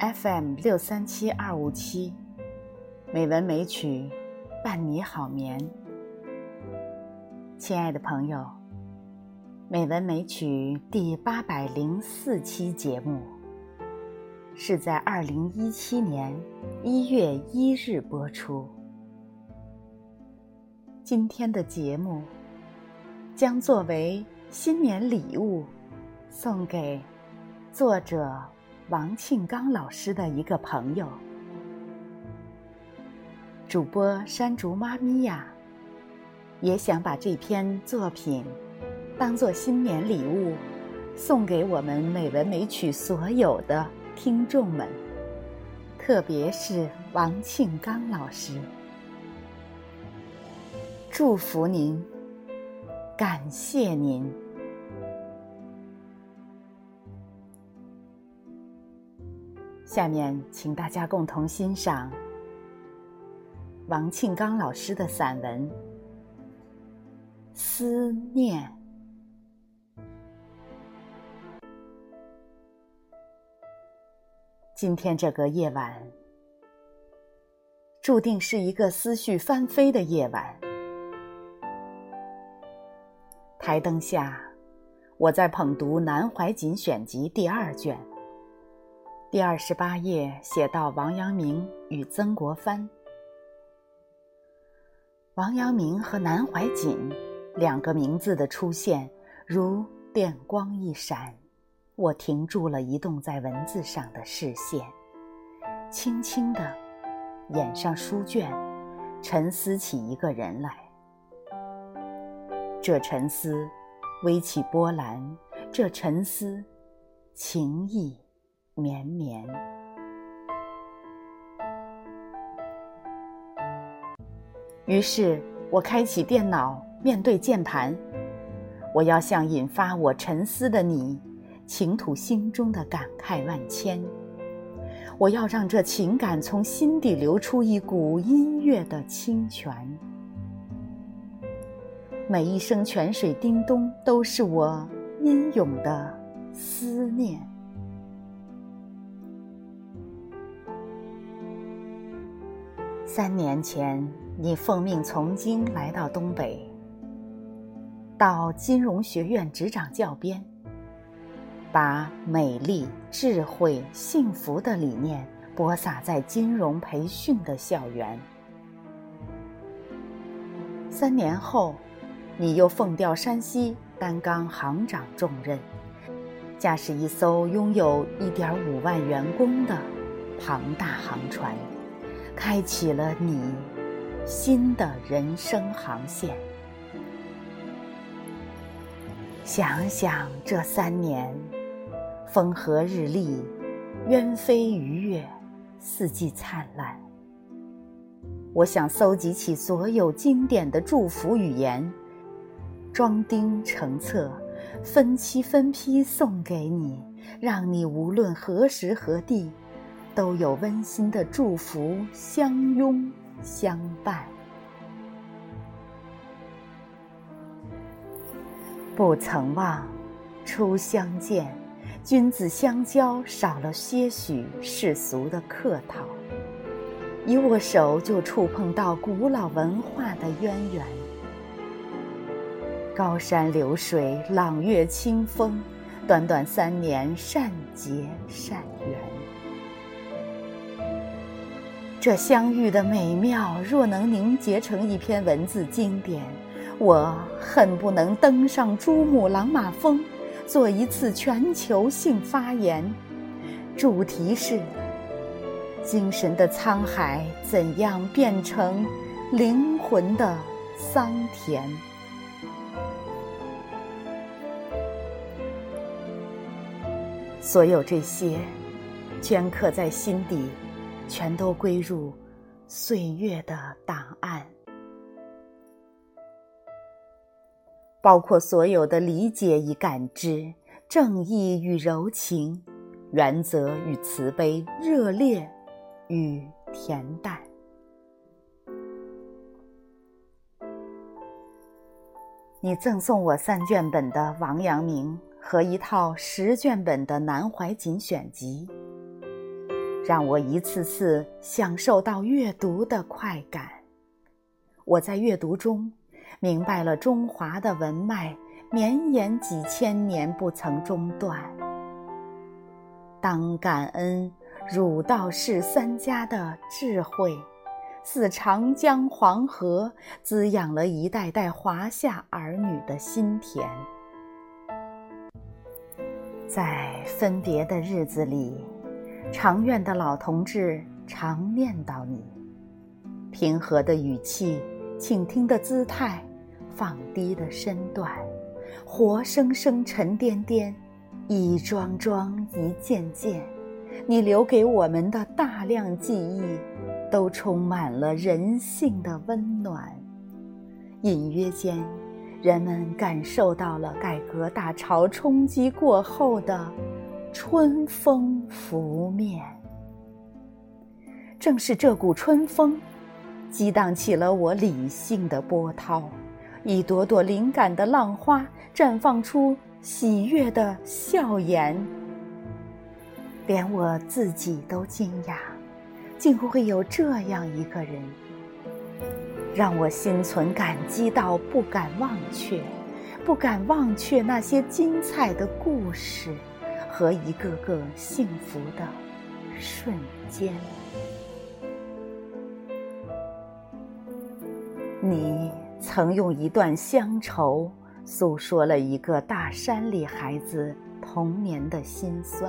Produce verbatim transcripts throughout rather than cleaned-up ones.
F M 六三七二五七，美文美曲伴你好眠。亲爱的朋友，美文美曲第八百零四期节目是在二零一七年一月一日播出。今天的节目将作为新年礼物送给作者王庆刚老师的一个朋友。主播山竹妈咪呀，也想把这篇作品当作新年礼物送给我们美文美曲所有的听众们，特别是王庆刚老师。祝福您，感谢您。下面请大家共同欣赏王庆刚老师的散文《思念》。今天这个夜晚注定是一个思绪翻飞的夜晚。台灯下，我在捧读《南怀瑾选集》第二卷，第二十八页写到王阳明与曾国藩。王阳明和南怀瑾两个名字的出现如电光一闪，我停住了移动在文字上的视线，轻轻地掩上书卷，沉思起一个人来。这沉思微起波澜，这沉思情意绵绵。于是我开启电脑，面对键盘，我要向引发我沉思的你倾吐心中的感慨万千，我要让这情感从心底流出一股音乐的清泉。每一声泉水叮咚都是我英勇的思念。三年前，你奉命从京来到东北，到金融学院执掌教鞭，把美丽、智慧、幸福的理念播撒在金融培训的校园。三年后，你又奉调山西担纲行长重任，驾驶一艘拥有 一点五万员工的庞大航船，开启了你新的人生航线。想想这三年，风和日丽，鸢飞鱼跃，四季灿烂。我想搜集起所有经典的祝福语言，装订成册，分期分批送给你，让你无论何时何地都有温馨的祝福相拥相伴。不曾忘，初相见，君子相交少了些许世俗的客套，一握手就触碰到古老文化的渊源。高山流水，朗月清风，短短三年，善结善缘。这相遇的美妙，若能凝结成一篇文字经典，我恨不能登上珠穆朗玛峰，做一次全球性发言。主题是：精神的沧海怎样变成灵魂的桑田。所有这些镌刻在心底，全都归入岁月的档案，包括所有的理解与感知，正义与柔情，原则与慈悲，热烈与恬淡。你赠送我三卷本的王阳明和一套十卷本的南怀瑾选集， 让我一次次享受到阅读的快感。我在阅读中明白了中华的文脉绵延几千年不曾中断。当感恩儒道释三家的智慧，似长江黄河滋养了一代代华夏儿女的心田。在分别的日子里，长院的老同志常念叨你，平和的语气，倾听的姿态，放低的身段，活生生沉甸甸，一桩桩一件件，你留给我们的大量记忆都充满了人性的温暖。隐约间，人们感受到了改革大潮冲击过后的春风拂面。正是这股春风激荡起了我理性的波涛，一朵朵灵感的浪花绽放出喜悦的笑颜。连我自己都惊讶，竟会有这样一个人，让我心存感激到不敢忘却，不敢忘却那些精彩的故事和一个个幸福的瞬间。你曾用一段乡愁诉说了一个大山里孩子童年的辛酸。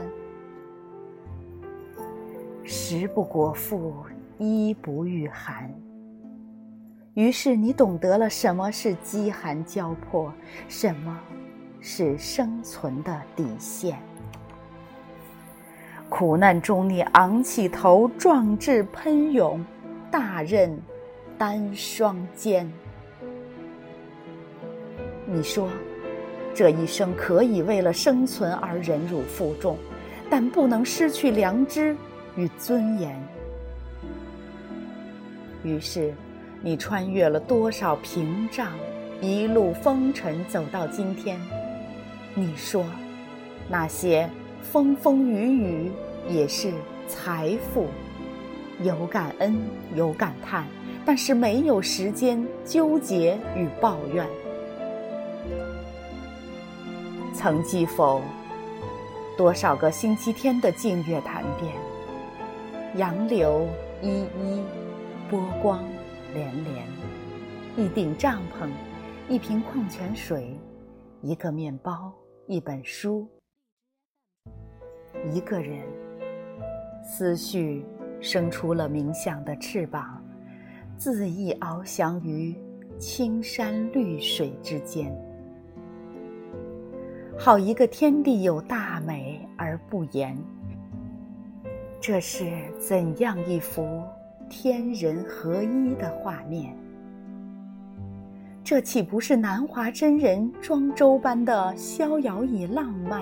食不果腹，衣不御寒。于是你懂得了什么是饥寒交迫，什么是生存的底线。苦难中你昂起头，壮志喷涌，大任担双肩。你说，这一生可以为了生存而忍辱负重，但不能失去良知与尊严。于是你穿越了多少屏障，一路风尘走到今天。你说，那些风风雨雨也是财富，有感恩有感叹，但是没有时间纠结与抱怨。曾记否，多少个星期天的净月谈殿，杨柳依依，波光连连，一顶帐篷，一瓶矿泉水，一个面包，一本书，一个人，思绪生出了冥想的翅膀，恣意翱翔于青山绿水之间。好一个天地有大美而不言，这是怎样一幅天人合一的画面？这岂不是南华真人庄周般的逍遥与浪漫？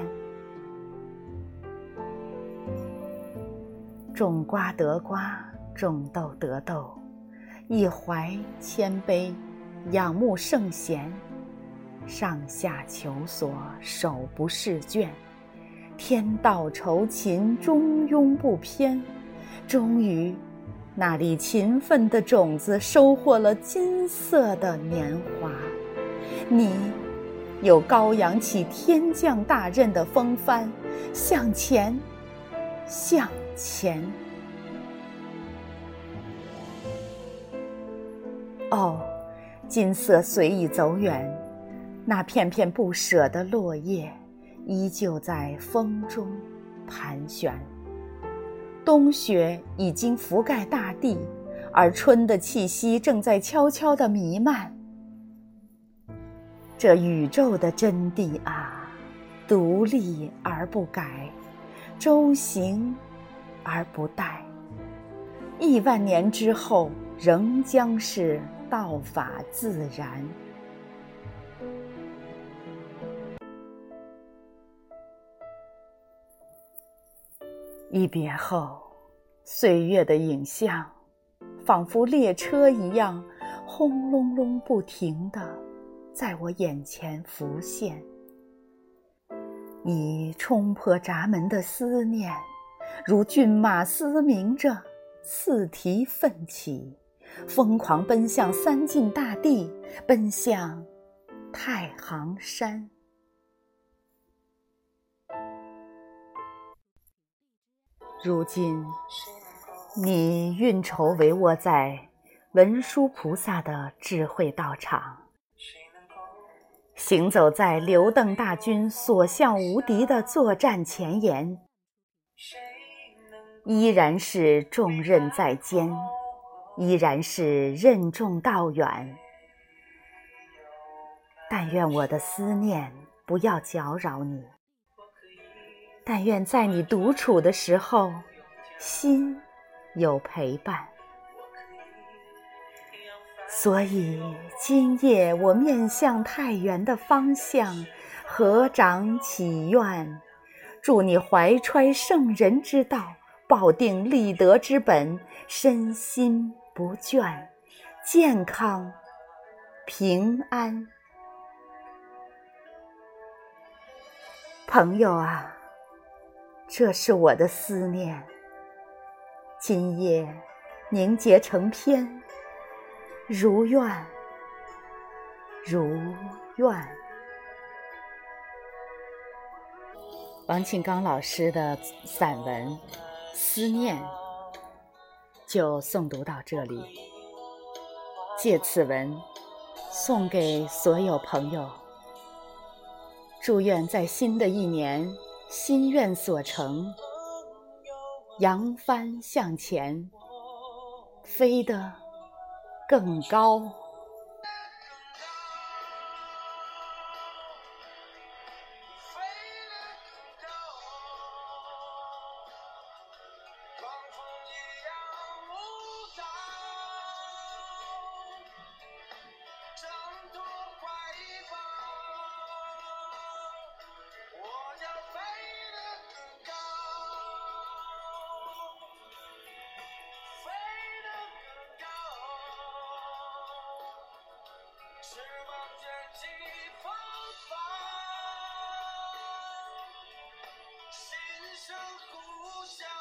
种瓜得瓜，种豆得豆，一怀谦卑，仰慕圣贤，上下求索，手不释卷，天道酬勤，中庸不偏。终于，那粒勤奋的种子收获了金色的年华。你又高扬起天降大任的风帆，向前，向前。哦，金色随意走远，那片片不舍的落叶依旧在风中盘旋。冬雪已经覆盖大地，而春的气息正在悄悄地弥漫。这宇宙的真谛啊，独立而不改，周行而不殆，亿万年之后仍将是道法自然。一别后，岁月的影像仿佛列车一样轰隆隆不停地在我眼前浮现。你冲破闸门的思念， 如骏马嘶鸣着，刺蹄奋起，疯狂奔向三晋大地，奔向太行山。如今，你运筹帷幄在文殊菩萨的智慧道场，行走在刘邓大军所向无敌的作战前沿，依然是重任在肩，依然是任重道远。但愿我的思念不要搅扰你，但愿在你独处的时候，心有陪伴。所以今夜我面向太原的方向，合掌祈愿，祝你怀揣圣人之道，抱定立德之本，身心不倦，健康平安。朋友啊，这是我的思念，今夜凝结成篇，如愿如愿。王庆刚老师的散文《思念》就诵读到这里，借此文送给所有朋友，祝愿在新的一年心愿所成，扬帆向前，飞得更高。 翅膀卷起风帆，心声呼啸。